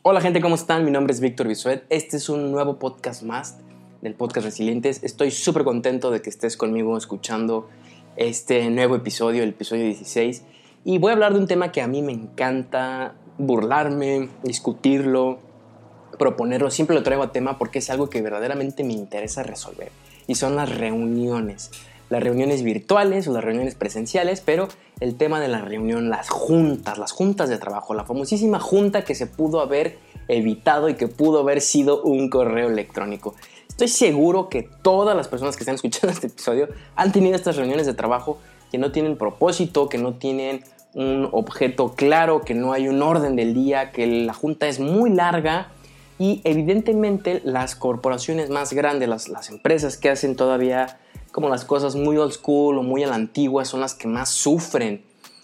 Hola gente, ¿cómo están? Mi nombre es Víctor Bisuet. Este es un nuevo podcast más del podcast Resilientes. Estoy súper contento de que estés conmigo escuchando este nuevo episodio, el episodio 16. Y voy a hablar de un tema que a mí me encanta burlarme, discutirlo, proponerlo. Siempre lo traigo a tema porque es algo que verdaderamente me interesa resolver. Y son las reuniones. Las reuniones virtuales o las reuniones presenciales, pero el tema de la reunión, las juntas de trabajo, la famosísima junta que se pudo haber evitado y que pudo haber sido un correo electrónico. Estoy seguro que todas las personas que están escuchando este episodio han tenido estas reuniones de trabajo que no tienen propósito, que no tienen un objeto claro, que no hay un orden del día, que la junta es muy larga y evidentemente las corporaciones más grandes, las empresas que hacen todavía como las cosas muy old school o muy a la antigua son las que más sufren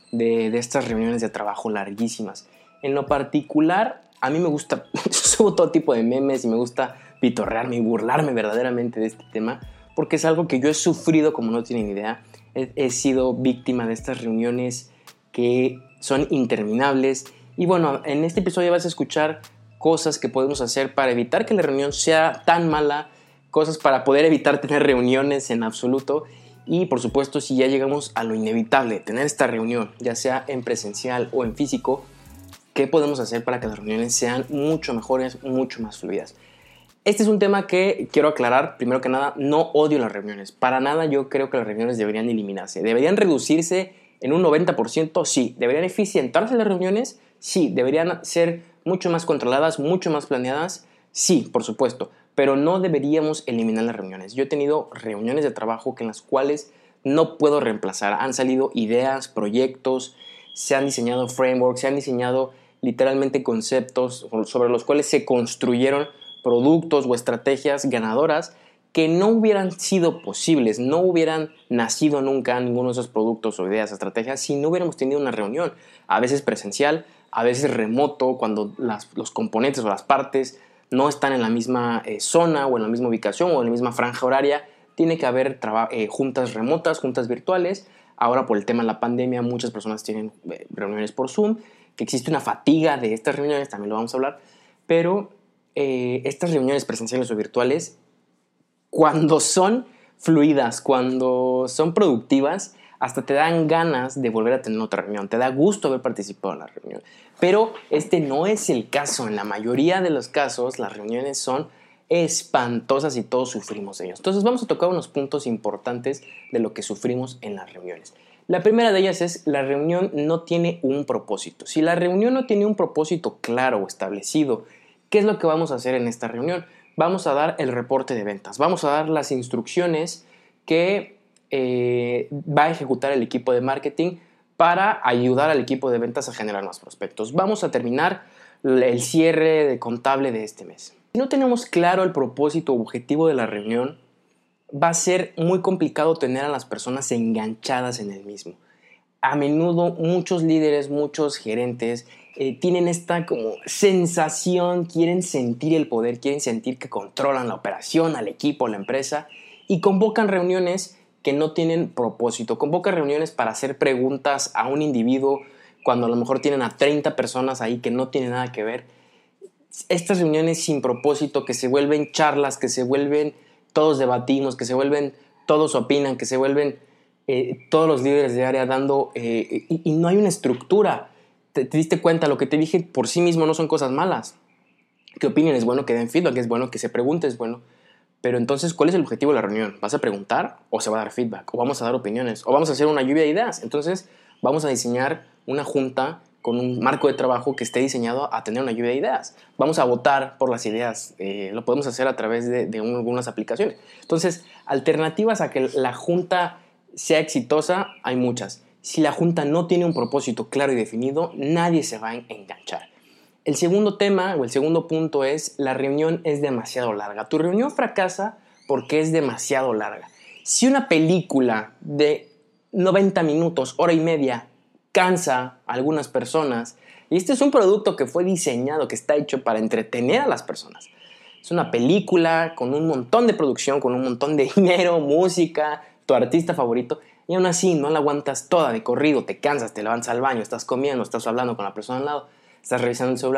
de estas reuniones de trabajo larguísimas. En lo particular, a mí me gusta, subo todo tipo de memes y me gusta pitorrearme y burlarme verdaderamente de este tema porque es algo que yo he sufrido como no tienen idea. He sido víctima de estas reuniones que son interminables y bueno, en este episodio vas a escuchar cosas que podemos hacer para evitar que la reunión sea tan mala, cosas para poder evitar tener reuniones en absoluto y por supuesto si ya llegamos a lo inevitable, tener esta reunión, ya sea en presencial o en físico, ¿qué podemos hacer para que las reuniones sean mucho mejores, mucho más fluidas? Este es un tema que quiero aclarar, primero que nada, no odio las reuniones, para nada yo creo que las reuniones deberían eliminarse, deberían reducirse en un 90%, sí, deberían eficientarse las reuniones, sí, deberían ser mucho más controladas, mucho más planeadas, sí, por supuesto, pero no deberíamos eliminar las reuniones. Yo he tenido reuniones de trabajo en las cuales no puedo reemplazar. Han salido ideas, proyectos, se han diseñado frameworks, se han diseñado literalmente conceptos sobre los cuales se construyeron productos o estrategias ganadoras que no hubieran sido posibles, no hubieran nacido nunca ninguno de esos productos o ideas, estrategias, si no hubiéramos tenido una reunión, a veces presencial, a veces remoto, cuando los componentes o las partes no están en la misma zona o en la misma ubicación o en la misma franja horaria. Tiene que haber juntas remotas, juntas virtuales. Ahora por el tema de la pandemia muchas personas tienen reuniones por Zoom, que existe una fatiga de estas reuniones, también lo vamos a hablar, pero estas reuniones presenciales o virtuales, cuando son fluidas, cuando son productivas, hasta te dan ganas de volver a tener otra reunión, te da gusto haber participado en la reunión. Pero este no es el caso. En la mayoría de los casos, las reuniones son espantosas y todos sufrimos de ellos. Entonces vamos a tocar unos puntos importantes de lo que sufrimos en las reuniones. La primera de ellas es: la reunión no tiene un propósito. Si la reunión no tiene un propósito claro o establecido, ¿qué es lo que vamos a hacer en esta reunión? Vamos a dar el reporte de ventas, vamos a dar las instrucciones que va a ejecutar el equipo de marketing para ayudar al equipo de ventas a generar más prospectos. Vamos a terminar el cierre de contable de este mes. Si no tenemos claro el propósito o objetivo de la reunión, va a ser muy complicado tener a las personas enganchadas en el mismo. A menudo muchos líderes, muchos gerentes tienen esta como sensación, quieren sentir el poder, quieren sentir que controlan la operación, al equipo, la empresa, y convocan reuniones que no tienen propósito. Convocan reuniones para hacer preguntas a un individuo cuando a lo mejor tienen a 30 personas ahí que no tienen nada que ver. Estas reuniones sin propósito que se vuelven charlas, que se vuelven todos debatimos, que se vuelven todos opinan, que se vuelven todos los líderes de área dando y no hay una estructura. Te diste cuenta, lo que te dije por sí mismo no son cosas malas. Que opinen es bueno, que den feedback es bueno, que se pregunte es bueno. Pero entonces, ¿cuál es el objetivo de la reunión? ¿Vas a preguntar o se va a dar feedback? ¿O vamos a dar opiniones? ¿O vamos a hacer una lluvia de ideas? Entonces, vamos a diseñar una junta con un marco de trabajo que esté diseñado a tener una lluvia de ideas. Vamos a votar por las ideas. Lo podemos hacer a través de algunas aplicaciones. Entonces, alternativas a que la junta sea exitosa, hay muchas. Si la junta no tiene un propósito claro y definido, nadie se va a enganchar. El segundo tema o el segundo punto es: la reunión es demasiado larga. Tu reunión fracasa porque es demasiado larga. Si una película de 90 minutos, hora y media, cansa a algunas personas, y este es un producto que fue diseñado, que está hecho para entretener a las personas. Es una película con un montón de producción, con un montón de dinero, música, tu artista favorito, y aún así no la aguantas toda de corrido, te cansas, te levantas al baño, estás comiendo, estás hablando con la persona al lado, estás revisando el celular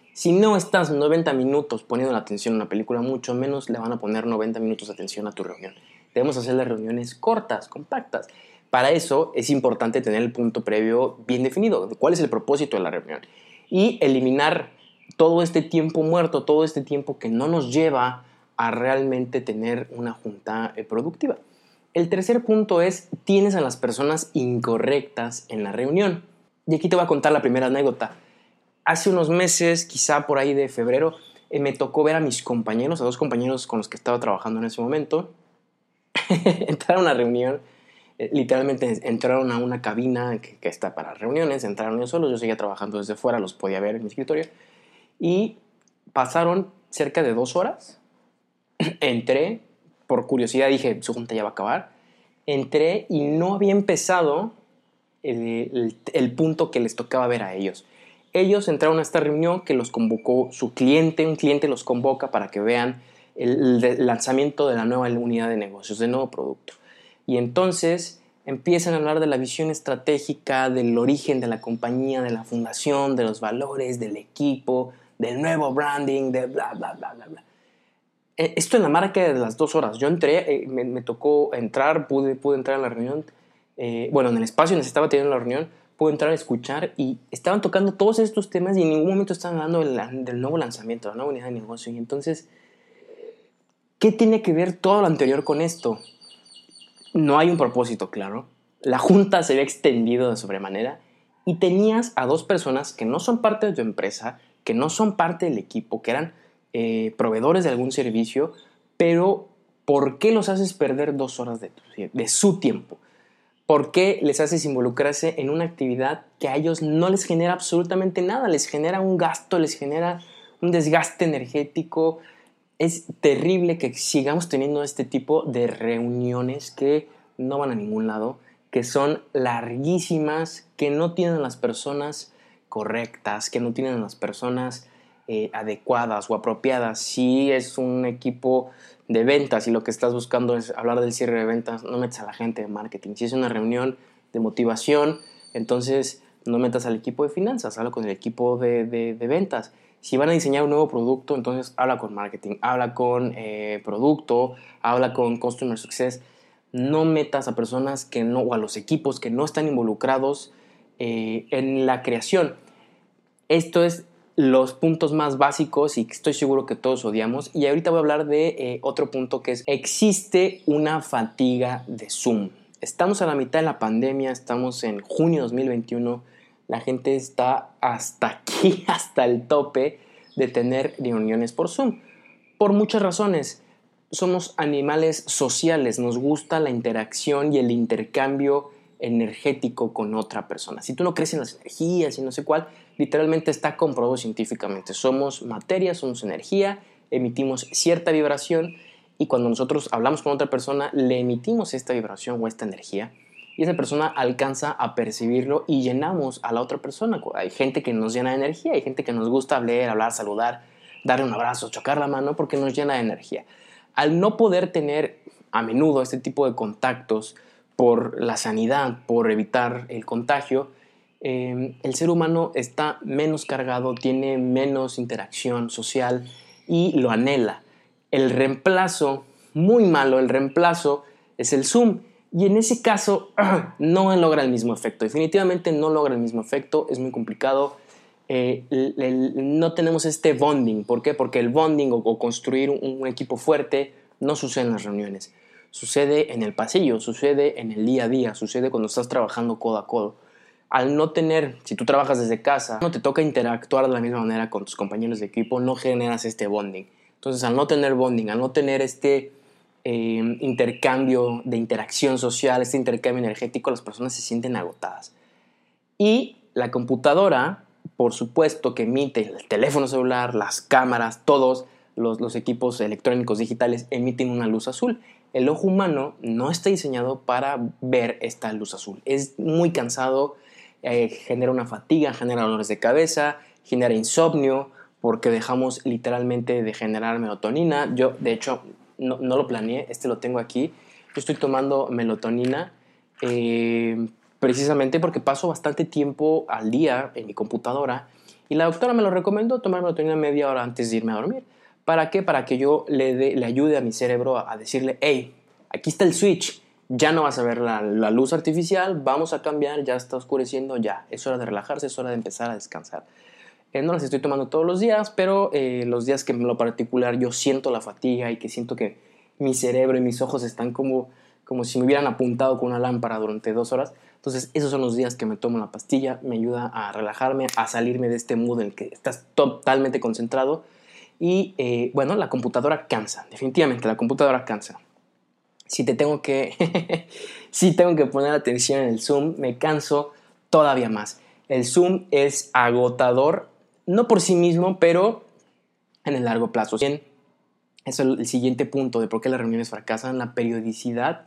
Si no estás 90 minutos poniendo la atención en una película, mucho menos le van a poner 90 minutos de atención a tu reunión. Debemos hacer las reuniones cortas, compactas. Para eso es importante tener el punto previo bien definido, de cuál es el propósito de la reunión. Y eliminar todo este tiempo muerto, todo este tiempo que no nos lleva a realmente tener una junta productiva. El tercer punto es, tienes a las personas incorrectas en la reunión. Y aquí te voy a contar la primera anécdota. Hace unos meses, quizá por ahí de febrero, me tocó ver a mis compañeros, a dos compañeros con los que estaba trabajando en ese momento, entrar a una reunión. Literalmente entraron a una cabina que está para reuniones, entraron ellos solos, yo seguía trabajando desde fuera, los podía ver en mi escritorio, y pasaron cerca de 2 horas. Entré, por curiosidad dije, su junta ya va a acabar. Entré y no había empezado el punto que les tocaba ver a ellos. Ellos entraron a esta reunión que los convocó su cliente, un cliente los convoca para que vean el lanzamiento de la nueva unidad de negocios, del nuevo producto. Y entonces empiezan a hablar de la visión estratégica, del origen de la compañía, de la fundación, de los valores, del equipo, del nuevo branding, de bla, bla, bla, bla, bla. Esto en la marca de las 2 horas. Yo entré, me tocó entrar, pude entrar a la reunión. En el espacio donde se estaba teniendo la reunión, pude entrar a escuchar y estaban tocando todos estos temas y en ningún momento estaban hablando del nuevo lanzamiento, de la nueva unidad de negocio. Y entonces, ¿qué tiene que ver todo lo anterior con esto? No hay un propósito claro. La junta se había extendido de sobremanera y tenías a 2 personas que no son parte de tu empresa, que no son parte del equipo, que eran proveedores de algún servicio, pero ¿por qué los haces perder 2 horas de su tiempo? ¿Por qué les haces involucrarse en una actividad que a ellos no les genera absolutamente nada? Les genera un gasto, les genera un desgaste energético. Es terrible que sigamos teniendo este tipo de reuniones que no van a ningún lado, que son larguísimas, que no tienen a las personas correctas, que no tienen a las personas adecuadas o apropiadas. Si es un equipo de ventas y lo que estás buscando es hablar del cierre de ventas, no metas a la gente de marketing. Si es una reunión de motivación, entonces no metas al equipo de finanzas, habla con el equipo de ventas. Si van a diseñar un nuevo producto, entonces habla con marketing, habla con producto, habla con customer success. No metas a personas que no, o a los equipos que no están involucrados en la creación. Esto es los puntos más básicos y que estoy seguro que todos odiamos. Y ahorita voy a hablar de otro punto que es, existe una fatiga de Zoom. Estamos a la mitad de la pandemia, estamos en junio de 2021. La gente está hasta aquí, hasta el tope de tener reuniones por Zoom. Por muchas razones. Somos animales sociales, nos gusta la interacción y el intercambio energético con otra persona. Si tú no crees en las energías y no sé cuál, literalmente está comprobado científicamente. Somos materia, somos energía, emitimos cierta vibración y cuando nosotros hablamos con otra persona, le emitimos esta vibración o esta energía y esa persona alcanza a percibirlo y llenamos a la otra persona. Hay gente que nos llena de energía, hay gente que nos gusta hablar, saludar, darle un abrazo, chocar la mano porque nos llena de energía. Al no poder tener a menudo este tipo de contactos por la sanidad, por evitar el contagio, el ser humano está menos cargado, tiene menos interacción social y lo anhela. El reemplazo, muy malo, el reemplazo es el Zoom. Y en ese caso no logra el mismo efecto. Definitivamente no logra el mismo efecto, es muy complicado. No tenemos este bonding. ¿Por qué? Porque el bonding o construir un equipo fuerte no sucede en las reuniones. Sucede en el pasillo, sucede en el día a día, sucede cuando estás trabajando codo a codo. Al no tener, si tú trabajas desde casa, no te toca interactuar de la misma manera con tus compañeros de equipo, no generas este bonding. Entonces, al no tener bonding, al no tener este intercambio de interacción social, este intercambio energético, las personas se sienten agotadas. Y la computadora, por supuesto que emite el teléfono celular, las cámaras, todos los equipos electrónicos digitales emiten una luz azul. El ojo humano no está diseñado para ver esta luz azul. Es muy cansado, genera una fatiga, genera dolores de cabeza, genera insomnio, porque dejamos literalmente de generar melatonina. Yo, de hecho, no lo planeé, lo tengo aquí. Yo estoy tomando melatonina precisamente porque paso bastante tiempo al día en mi computadora Y la doctora me lo recomendó, tomar melatonina media hora antes de irme a dormir. ¿Para qué? Para que yo le ayude a mi cerebro a decirle, hey, aquí está el switch, ya no vas a ver la luz artificial, vamos a cambiar, ya está oscureciendo, ya, es hora de relajarse, es hora de empezar a descansar. No las estoy tomando todos los días, pero los días que en lo particular yo siento la fatiga y que siento que mi cerebro y mis ojos están como si me hubieran apuntado con una lámpara durante 2 horas, entonces esos son los días que me tomo la pastilla, me ayuda a relajarme, a salirme de este mood en el que estás totalmente concentrado. Y bueno, la computadora cansa, definitivamente la computadora cansa. Si tengo que poner atención en el Zoom, me canso todavía más. El Zoom es agotador, no por sí mismo, pero en el largo plazo. Bien, eso es el siguiente punto de por qué las reuniones fracasan, la periodicidad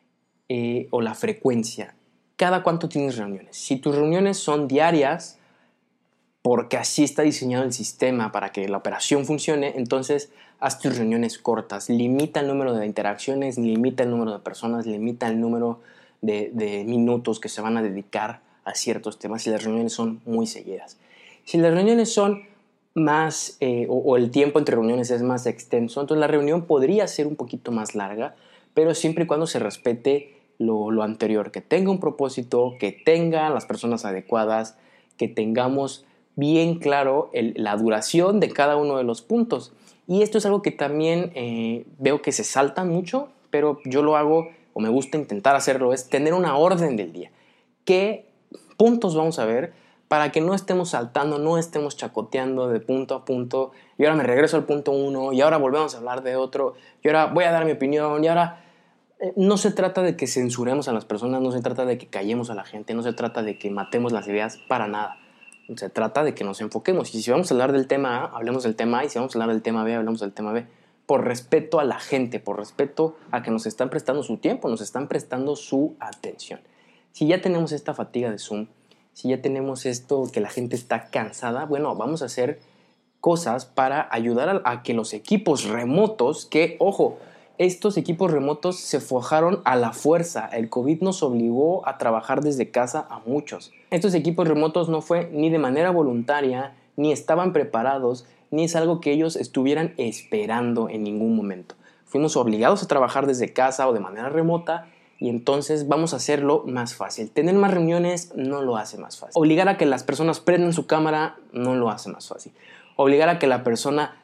o la frecuencia. ¿Cada cuánto tienes reuniones? Si tus reuniones son diarias, porque así está diseñado el sistema para que la operación funcione, entonces haz tus reuniones cortas, limita el número de interacciones, limita el número de personas, limita el número de minutos que se van a dedicar a ciertos temas si las reuniones son muy seguidas. Si las reuniones son más, o el tiempo entre reuniones es más extenso, entonces la reunión podría ser un poquito más larga, pero siempre y cuando se respete lo anterior, que tenga un propósito, que tenga las personas adecuadas, que tengamos bien claro la duración de cada uno de los puntos. Y esto es algo que también veo que se saltan mucho, pero yo lo hago, o me gusta intentar hacerlo, es tener una orden del día. ¿Qué puntos vamos a ver para que no estemos saltando, no estemos chacoteando de punto a punto? Y ahora me regreso al punto 1, y ahora volvemos a hablar de otro, y ahora voy a dar mi opinión, y ahora... No se trata de que censuremos a las personas, no se trata de que callemos a la gente, no se trata de que matemos las ideas, para nada. Se trata de que nos enfoquemos. Y si vamos a hablar del tema A, hablemos del tema A. Y si vamos a hablar del tema B, hablemos del tema B. Por respeto a la gente, por respeto a que nos están prestando su tiempo, nos están prestando su atención. Si ya tenemos esta fatiga de Zoom, si ya tenemos esto que la gente está cansada, bueno, vamos a hacer cosas para ayudar a que los equipos remotos, que, ojo, estos equipos remotos se forjaron a la fuerza. El COVID nos obligó a trabajar desde casa a muchos. Estos equipos remotos no fue ni de manera voluntaria, ni estaban preparados, ni es algo que ellos estuvieran esperando en ningún momento. Fuimos obligados a trabajar desde casa o de manera remota y entonces vamos a hacerlo más fácil. Tener más reuniones no lo hace más fácil. Obligar a que las personas prendan su cámara no lo hace más fácil. Obligar a que la persona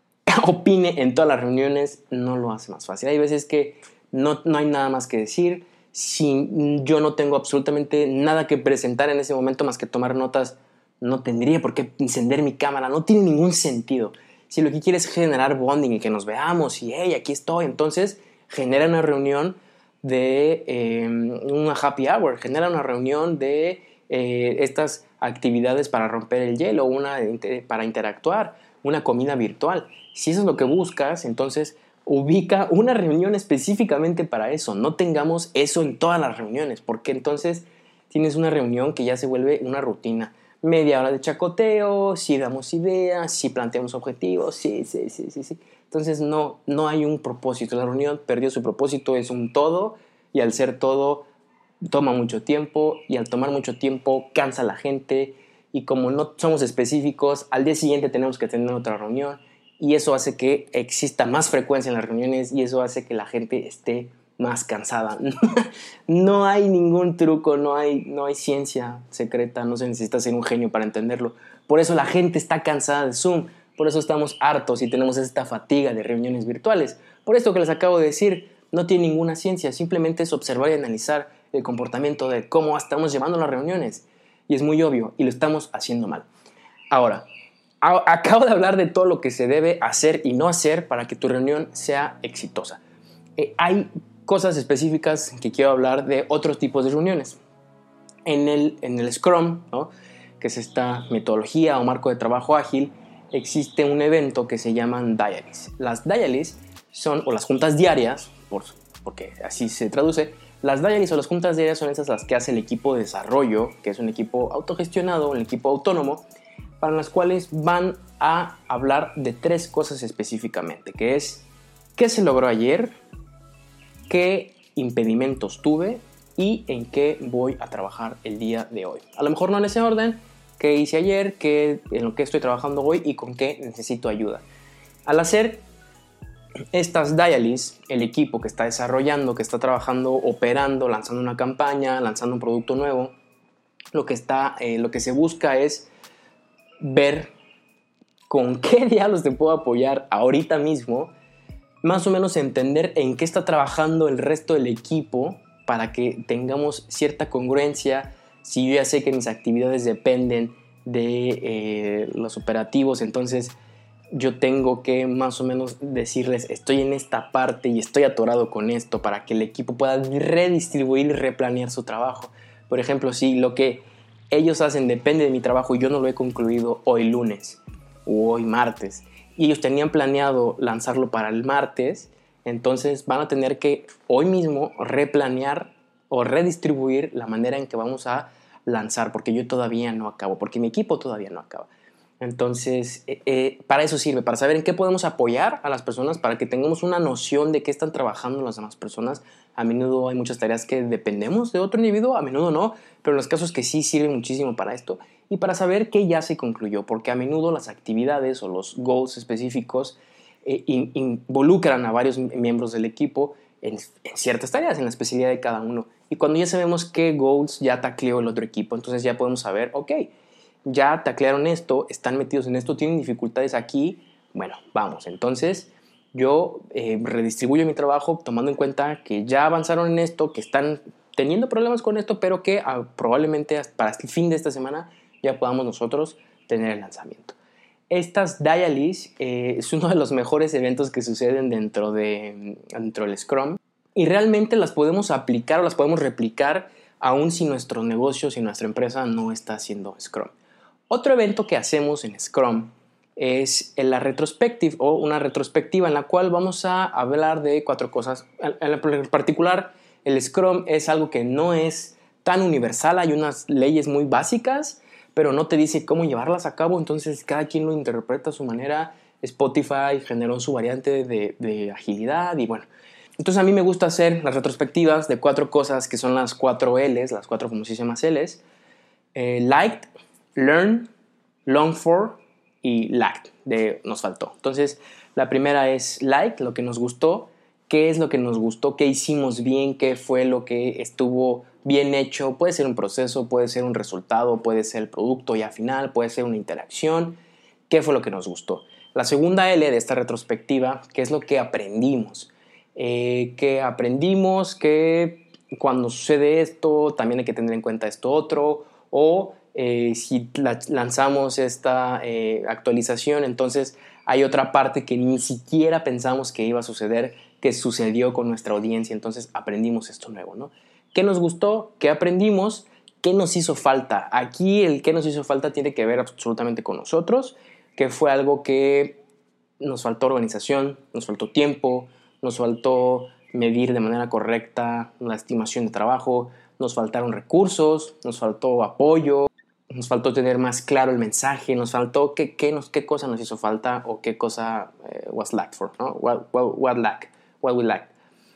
opine en todas las reuniones no lo hace más fácil. Hay veces que no hay nada más que decir. Si yo no tengo absolutamente nada que presentar en ese momento más que tomar notas, no tendría por qué encender mi cámara. No tiene ningún sentido. Si lo que quieres es generar bonding y que nos veamos y hey, aquí estoy, entonces genera una reunión de una happy hour, genera una reunión de estas actividades para romper el hielo, para interactuar, una comida virtual. Si eso es lo que buscas, entonces ubica una reunión específicamente para eso. No tengamos eso en todas las reuniones, porque entonces tienes una reunión que ya se vuelve una rutina. Media hora de chacoteo, si damos ideas, si planteamos objetivos, sí. Entonces no hay un propósito. La reunión perdió su propósito, es un todo, y al ser todo toma mucho tiempo, y al tomar mucho tiempo cansa a la gente, y como no somos específicos, al día siguiente tenemos que tener otra reunión, y eso hace que exista más frecuencia en las reuniones, y eso hace que la gente esté más cansada. No hay ningún truco, no hay ciencia secreta, no se necesita ser un genio para entenderlo. Por eso la gente está cansada de Zoom, por eso estamos hartos y tenemos esta fatiga de reuniones virtuales. Por esto que les acabo de decir, no tiene ninguna ciencia, simplemente es observar y analizar el comportamiento de cómo estamos llevando las reuniones. Y es muy obvio, y lo estamos haciendo mal. Ahora, acabo de hablar de todo lo que se debe hacer y no hacer para que tu reunión sea exitosa. Hay cosas específicas que quiero hablar de otros tipos de reuniones. En el Scrum, ¿no?, que es esta metodología o marco de trabajo ágil, existe un evento que se llaman dailies. Las dailies son, o las juntas diarias, porque así se traduce, las dailies o las juntas diarias son esas las que hace el equipo de desarrollo, que es un equipo autogestionado, un equipo autónomo, para las cuales van a hablar de 3 cosas específicamente, que es qué se logró ayer, qué impedimentos tuve y en qué voy a trabajar el día de hoy. A lo mejor no en ese orden, qué hice ayer, en lo que estoy trabajando hoy y con qué necesito ayuda. Al hacer estas diaries, el equipo que está desarrollando, que está trabajando, operando, lanzando una campaña, lanzando un producto nuevo, lo que se busca es ver con qué diablos te puedo apoyar ahorita mismo, más o menos entender en qué está trabajando el resto del equipo para que tengamos cierta congruencia. Si yo ya sé que mis actividades dependen de los operativos, entonces yo tengo que más o menos decirles, estoy en esta parte y estoy atorado con esto, para que el equipo pueda redistribuir y replanear su trabajo. Por ejemplo, si lo que ellos hacen depende de mi trabajo y yo no lo he concluido hoy lunes o hoy martes, y ellos tenían planeado lanzarlo para el martes, entonces van a tener que hoy mismo replanear o redistribuir la manera en que vamos a lanzar, porque yo todavía no acabo, porque mi equipo todavía no acaba. Entonces, para eso sirve, para saber en qué podemos apoyar a las personas, para que tengamos una noción de qué están trabajando las demás personas. A menudo hay muchas tareas que dependemos de otro individuo, a menudo no, pero en los casos que sí sirven muchísimo para esto, y para saber qué ya se concluyó, porque a menudo las actividades o los goals específicos involucran a varios miembros del equipo en ciertas tareas, en la especialidad de cada uno. Y cuando ya sabemos qué goals ya tacleó el otro equipo, entonces ya podemos saber, ok, ya taclearon esto, están metidos en esto, tienen dificultades aquí, bueno, vamos. Entonces yo redistribuyo mi trabajo tomando en cuenta que ya avanzaron en esto, que están teniendo problemas con esto, pero que probablemente para el fin de esta semana ya podamos nosotros tener el lanzamiento. Estas diaries es uno de los mejores eventos que suceden dentro del Scrum, y realmente las podemos aplicar o las podemos replicar aún si nuestro negocio, si nuestra empresa no está haciendo Scrum. Otro evento que hacemos en Scrum es la retrospective, o una retrospectiva en la cual vamos a hablar de 4 cosas. En particular, el Scrum es algo que no es tan universal, hay unas leyes muy básicas, pero no te dice cómo llevarlas a cabo, entonces cada quien lo interpreta a su manera. Spotify generó su variante de agilidad y bueno. Entonces a mí me gusta hacer las retrospectivas de 4 cosas que son las 4 L's, las 4 famosísimas L's. Liked, Learn, Long for y Lacked, nos faltó. Entonces la primera es like, lo que nos gustó. ¿Qué es lo que nos gustó? ¿Qué hicimos bien? ¿Qué fue lo que estuvo bien hecho? Puede ser un proceso, puede ser un resultado, puede ser el producto ya final, puede ser una interacción. ¿Qué fue lo que nos gustó? La segunda L de esta retrospectiva, ¿qué es lo que aprendimos? ¿Qué aprendimos? Que cuando sucede esto también hay que tener en cuenta esto otro, o si lanzamos esta actualización, entonces hay otra parte que ni siquiera pensamos que iba a suceder, que sucedió con nuestra audiencia, entonces aprendimos esto nuevo, ¿no? ¿Qué nos gustó? ¿Qué aprendimos? ¿Qué nos hizo falta? Aquí el qué nos hizo falta tiene que ver absolutamente con nosotros, que fue algo que nos faltó organización, nos faltó tiempo, nos faltó medir de manera correcta la estimación de trabajo, nos faltaron recursos, nos faltó apoyo, nos faltó tener más claro el mensaje, nos faltó qué cosa nos hizo falta o qué cosa was lacked for, ¿no? What we lacked.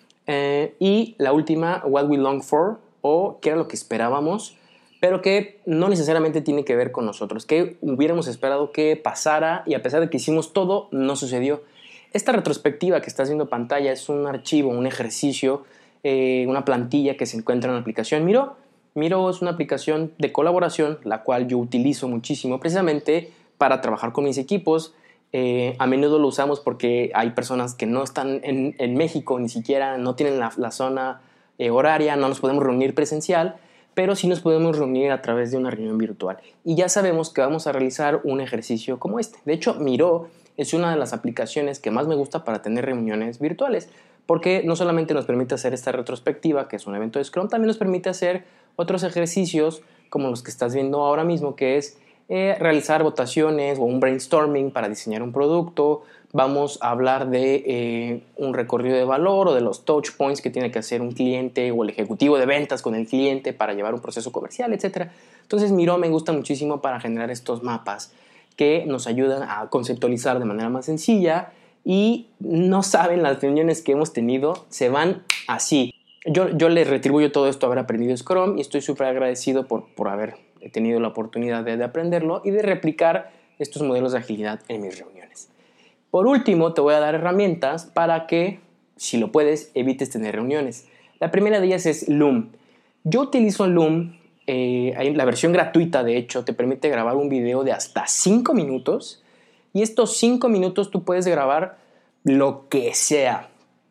Y la última, what we long for, o qué era lo que esperábamos, pero que no necesariamente tiene que ver con nosotros, que hubiéramos esperado que pasara y a pesar de que hicimos todo, no sucedió. Esta retrospectiva que estás viendo en pantalla es un archivo, un ejercicio, una plantilla que se encuentra en la aplicación Miro. Miro es una aplicación de colaboración, la cual yo utilizo muchísimo precisamente para trabajar con mis equipos. A menudo lo usamos porque hay personas que no están en México, ni siquiera no tienen la zona horaria, no nos podemos reunir presencial, pero sí nos podemos reunir a través de una reunión virtual. Y ya sabemos que vamos a realizar un ejercicio como este. De hecho, Miro es una de las aplicaciones que más me gusta para tener reuniones virtuales, porque no solamente nos permite hacer esta retrospectiva, que es un evento de Scrum, también nos permite hacer otros ejercicios como los que estás viendo ahora mismo, que es realizar votaciones o un brainstorming para diseñar un producto. Vamos a hablar de un recorrido de valor o de los touch points que tiene que hacer un cliente o el ejecutivo de ventas con el cliente para llevar un proceso comercial, etc. Entonces Miro me gusta muchísimo para generar estos mapas que nos ayudan a conceptualizar de manera más sencilla, y no saben las reuniones que hemos tenido, se van así. Yo les retribuyo todo esto, haber aprendido Scrum, y estoy súper agradecido por haber he tenido la oportunidad de aprenderlo y de replicar estos modelos de agilidad en mis reuniones. Por último, te voy a dar herramientas para que, si lo puedes, evites tener reuniones. La primera de ellas es Loom. Yo utilizo Loom, la versión gratuita de hecho te permite grabar un video de hasta 5 minutos y estos 5 minutos tú puedes grabar lo que sea.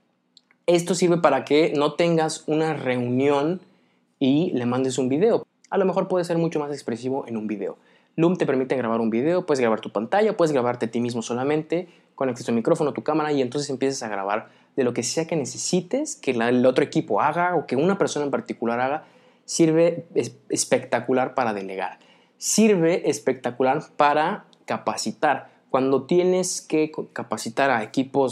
Esto sirve para que no tengas una reunión y le mandes un video. A lo mejor puede ser mucho más expresivo en un video. Loom te permite grabar un video, puedes grabar tu pantalla, puedes grabarte a ti mismo solamente, conectas tu micrófono, tu cámara y entonces empiezas a grabar de lo que sea que necesites, que el otro equipo haga o que una persona en particular haga. Sirve espectacular para delegar. Sirve espectacular para capacitar. Cuando tienes que capacitar a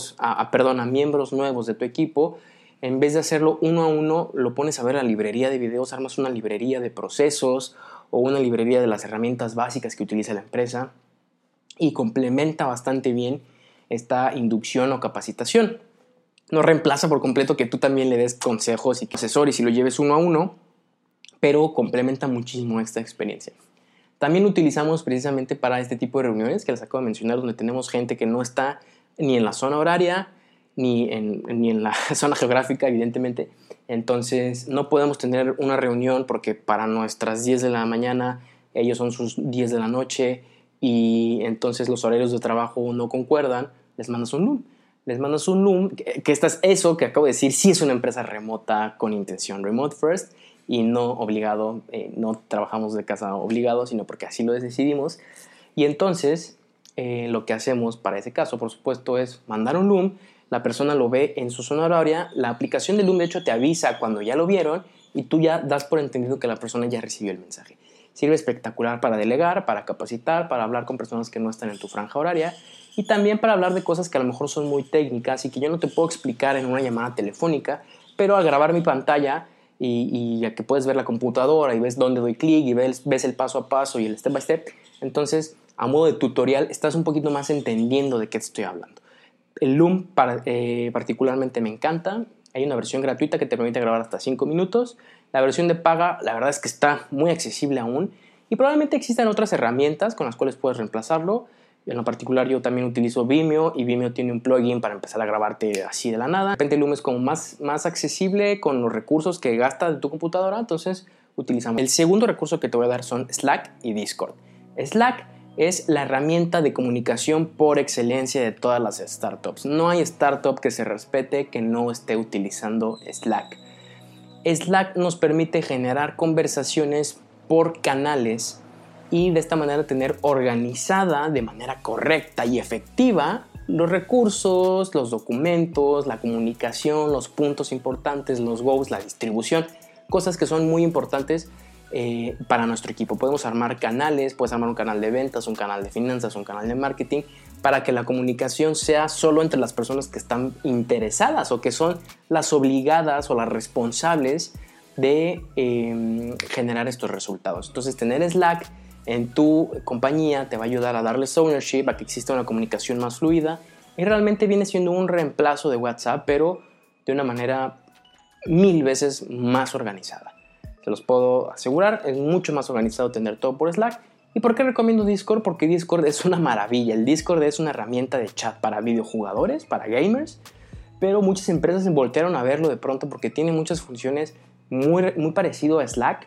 a miembros nuevos de tu equipo, en vez de hacerlo uno a uno, lo pones a ver la librería de videos, armas una librería de procesos o una librería de las herramientas básicas que utiliza la empresa y complementa bastante bien esta inducción o capacitación. No reemplaza por completo que tú también le des consejos y asesores y lo lleves uno a uno, pero complementa muchísimo esta experiencia. También utilizamos precisamente para este tipo de reuniones que les acabo de mencionar, donde tenemos gente que no está ni en la zona horaria, ni en la zona geográfica, evidentemente. Entonces no podemos tener una reunión porque para nuestras 10 de la mañana ellos son sus 10 de la noche y entonces los horarios de trabajo no concuerdan. Les mandas un Loom. Eso que acabo de decir, sí es una empresa remota con intención, remote first, y no obligado, no trabajamos de casa obligado, sino porque así lo decidimos. Y entonces lo que hacemos para ese caso, por supuesto, es mandar un Loom, la persona lo ve en su zona horaria, la aplicación de Loom de hecho te avisa cuando ya lo vieron y tú ya das por entendido que la persona ya recibió el mensaje. Sirve espectacular para delegar, para capacitar, para hablar con personas que no están en tu franja horaria y también para hablar de cosas que a lo mejor son muy técnicas y que yo no te puedo explicar en una llamada telefónica, pero al grabar mi pantalla y ya que puedes ver la computadora y ves dónde doy clic y ves el paso a paso y el step by step, entonces a modo de tutorial estás un poquito más entendiendo de qué te estoy hablando. El Loom particularmente me encanta. Hay una versión gratuita que te permite grabar hasta 5 minutos. La versión de paga, la verdad es que está muy accesible aún y probablemente existan otras herramientas con las cuales puedes reemplazarlo. En lo particular yo también utilizo Vimeo y Vimeo tiene un plugin para empezar a grabarte así de la nada. De repente Loom es como más accesible con los recursos que gastas de tu computadora, entonces utilizamos. El segundo recurso que te voy a dar son Slack y Discord. Slack es la herramienta de comunicación por excelencia de todas las startups. No hay startup que se respete que no esté utilizando Slack. Slack nos permite generar conversaciones por canales y de esta manera tener organizada de manera correcta y efectiva los recursos, los documentos, la comunicación, los puntos importantes, los goals, la distribución, cosas que son muy importantes para nuestro equipo. Podemos armar canales, puedes armar un canal de ventas, un canal de finanzas, un canal de marketing, para que la comunicación sea solo entre las personas que están interesadas o que son las obligadas o las responsables de generar estos resultados. Entonces, tener Slack en tu compañía te va a ayudar a darles ownership, a que exista una comunicación más fluida y realmente viene siendo un reemplazo de WhatsApp, pero de una manera 1000 veces más organizada. Se los puedo asegurar, es mucho más organizado tener todo por Slack. ¿Y por qué recomiendo Discord? Porque Discord es una maravilla. El Discord es una herramienta de chat para videojugadores, para gamers, pero muchas empresas se voltearon a verlo de pronto porque tiene muchas funciones muy parecido a Slack.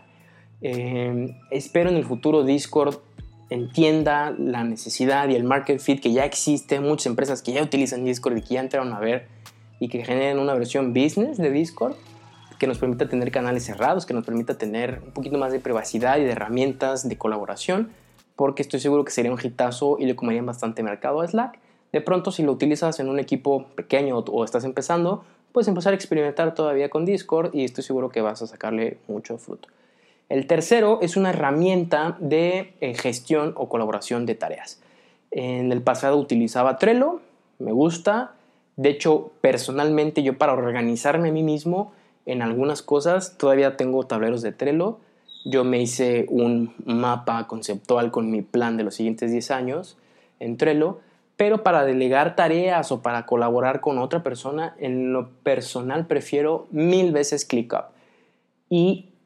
Espero en el futuro Discord entienda la necesidad y el market fit que ya existe, muchas empresas que ya utilizan Discord y que ya entraron a ver y que generen una versión business de Discord que nos permita tener canales cerrados, que nos permita tener un poquito más de privacidad y de herramientas de colaboración, porque estoy seguro que sería un hitazo y le comerían bastante mercado a Slack. De pronto, si lo utilizas en un equipo pequeño o estás empezando, puedes empezar a experimentar todavía con Discord y estoy seguro que vas a sacarle mucho fruto. El tercero es una herramienta de gestión o colaboración de tareas. En el pasado utilizaba Trello, me gusta. De hecho, personalmente yo para organizarme a mí mismo en algunas cosas todavía tengo tableros de Trello. Yo me hice un mapa conceptual con mi plan de los siguientes 10 años en Trello, pero para delegar tareas o para colaborar con otra persona, en lo personal prefiero 1000 veces ClickUp. Y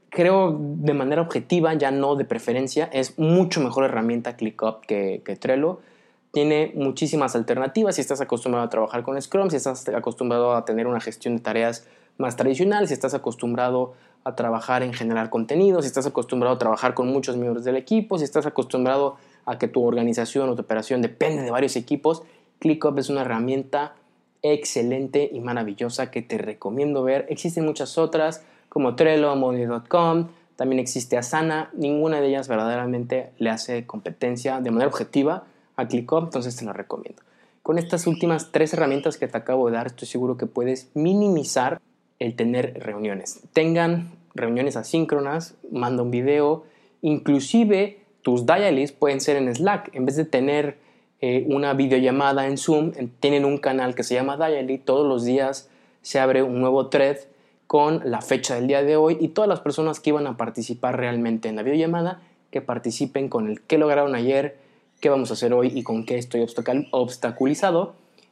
creo de manera objetiva, ya no de preferencia, es mucho mejor herramienta ClickUp que Trello. Tiene muchísimas alternativas si estás acostumbrado a trabajar con Scrum, si estás acostumbrado a tener una gestión de tareas más tradicional, si estás acostumbrado a trabajar en generar contenido, si estás acostumbrado a trabajar con muchos miembros del equipo, si estás acostumbrado a que tu organización o tu operación depende de varios equipos, ClickUp es una herramienta excelente y maravillosa que te recomiendo ver. Existen muchas otras como Trello, Monday.com, también existe Asana. Ninguna de ellas verdaderamente le hace competencia de manera objetiva a ClickUp, entonces te la recomiendo. Con estas últimas 3 herramientas que te acabo de dar, estoy seguro que puedes minimizar el tener reuniones. Tengan reuniones asíncronas, manda un video, inclusive tus diaries pueden ser en Slack. En vez de tener una videollamada en Zoom, tienen un canal que se llama Dially. Todos los días se abre un nuevo thread con la fecha del día de hoy y todas las personas que iban a participar realmente en la videollamada, que participen con el qué lograron ayer, qué vamos a hacer hoy y con qué estoy obstaculizado,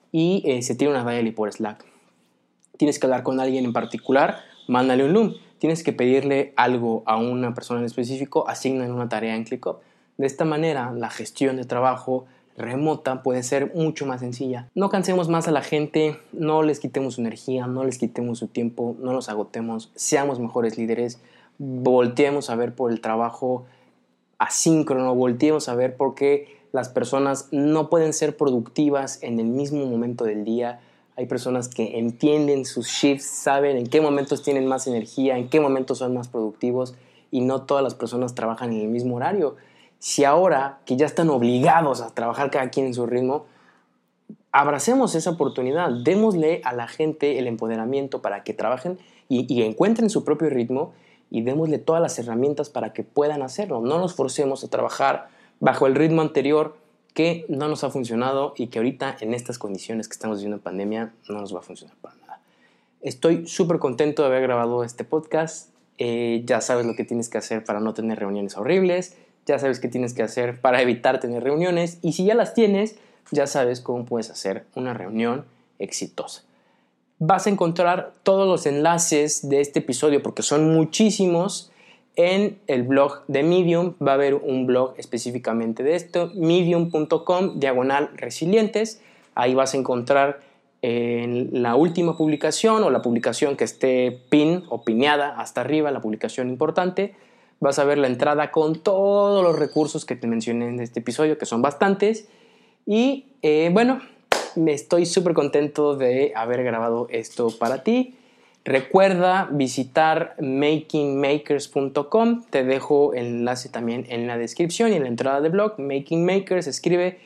y se tiene una diary por Slack. Tienes que hablar con alguien en particular, mándale un loom. Tienes que pedirle algo a una persona en específico, asignan una tarea en ClickUp. De esta manera, la gestión de trabajo remota puede ser mucho más sencilla. No cansemos más a la gente, no les quitemos su energía, no les quitemos su tiempo, no los agotemos, seamos mejores líderes, volteemos a ver por el trabajo asíncrono, volteemos a ver por qué las personas no pueden ser productivas en el mismo momento del día. Hay personas que entienden sus shifts, saben en qué momentos tienen más energía, en qué momentos son más productivos, y no todas las personas trabajan en el mismo horario. Si ahora que ya están obligados a trabajar cada quien en su ritmo, abracemos esa oportunidad, démosle a la gente el empoderamiento para que trabajen y encuentren su propio ritmo, y démosle todas las herramientas para que puedan hacerlo. No nos forcemos a trabajar bajo el ritmo anterior que no nos ha funcionado y que ahorita en estas condiciones que estamos viviendo en pandemia no nos va a funcionar para nada. Estoy súper contento de haber grabado este podcast. Ya sabes lo que tienes que hacer para no tener reuniones horribles, ya sabes qué tienes que hacer para evitar tener reuniones, y si ya las tienes, ya sabes cómo puedes hacer una reunión exitosa. Vas a encontrar todos los enlaces de este episodio, porque son muchísimos, en el blog de Medium. Va a haber un blog específicamente de esto, medium.com/resilientes. Ahí vas a encontrar en la última publicación o la publicación que esté pineada hasta arriba, la publicación importante. Vas a ver la entrada con todos los recursos que te mencioné en este episodio, que son bastantes. Y bueno, me estoy súper contento de haber grabado esto para ti. Recuerda visitar makingmakers.com. Te dejo el enlace también en la descripción y en la entrada del blog. Making Makers, escribe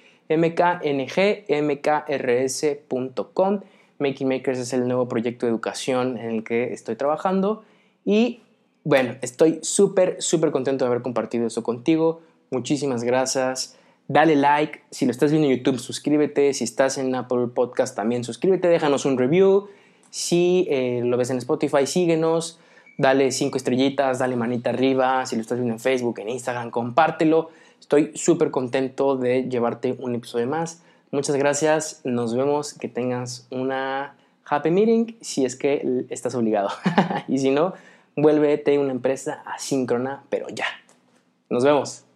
mkngmkrs.com. Making Makers es el nuevo proyecto de educación en el que estoy trabajando. Y bueno, estoy súper contento de haber compartido eso contigo. Muchísimas gracias. Dale like. Si lo estás viendo en YouTube, suscríbete. Si estás en Apple Podcast, también suscríbete. Déjanos un review. Si lo ves en Spotify, síguenos. Dale 5 estrellitas, dale manita arriba. Si lo estás viendo en Facebook, en Instagram, compártelo. Estoy súper contento de llevarte un episodio más. Muchas gracias. Nos vemos. Que tengas una happy meeting si es que estás obligado. Y si no, vuélvete una empresa asíncrona, pero ya. Nos vemos.